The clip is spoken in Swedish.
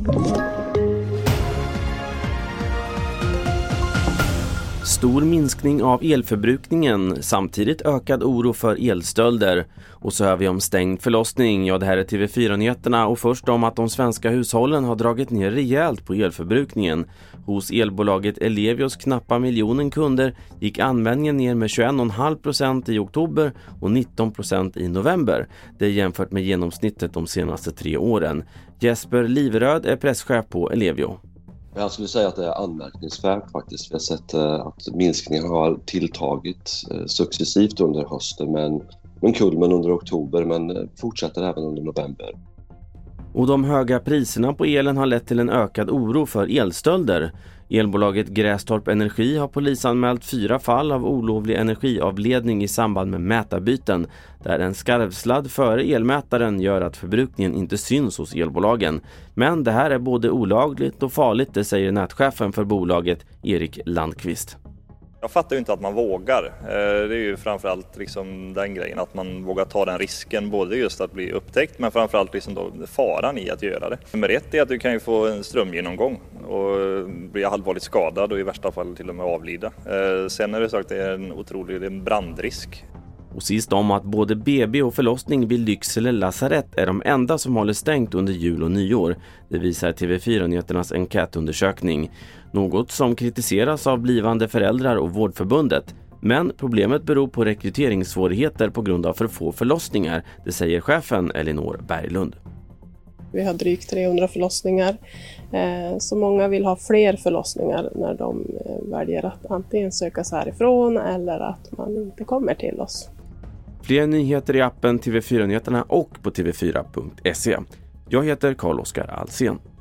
Stor minskning av elförbrukningen, samtidigt ökad oro för elstölder. Och så hör vi om stängd förlossning. Ja, det här är TV4-nyheterna och först om att de svenska hushållen har dragit ner rejält på elförbrukningen. Hos elbolaget Elevios knappa miljonen kunder gick användningen ner med 21,5% i oktober och 19% i november. Det är jämfört med genomsnittet de senaste 3 åren. Jesper Liveröd är presschef på Elevio. Jag skulle säga att det är anmärkningsvärt faktiskt. Vi har sett att minskningen har tilltagit successivt under hösten men kulmen under oktober, men fortsätter även under november. Och de höga priserna på elen har lett till en ökad oro för elstölder. Elbolaget Grästorp Energi har polisanmält 4 fall av olovlig energiavledning i samband med mätarbyten, där en skarvsladd före elmätaren gör att förbrukningen inte syns hos elbolagen. Men det här är både olagligt och farligt, det säger nätchefen för bolaget Erik Landqvist. Jag fattar ju inte att man vågar. Det är ju framförallt liksom den grejen att man vågar ta den risken, både just att bli upptäckt men framförallt liksom då faran i att göra det. Nummer 1 är att du kan ju få en strömgenomgång och bli allvarligt skadad och i värsta fall till och med avlida. Sen är det så att det är en brandrisk. Och sist om att både BB och förlossning vid Lycksele lasarett är de enda som håller stängt under jul och nyår. Det visar TV4-nyheternas enkätundersökning. Något som kritiseras av blivande föräldrar och Vårdförbundet. Men problemet beror på rekryteringssvårigheter på grund av för få förlossningar, det säger chefen Elinor Berglund. Vi har drygt 300 förlossningar, så många vill ha fler förlossningar när de väljer att antingen söka sig härifrån eller att man inte kommer till oss. Fler nyheter i appen TV4-nyheterna och på tv4.se. Jag heter Carl-Oskar Alsen.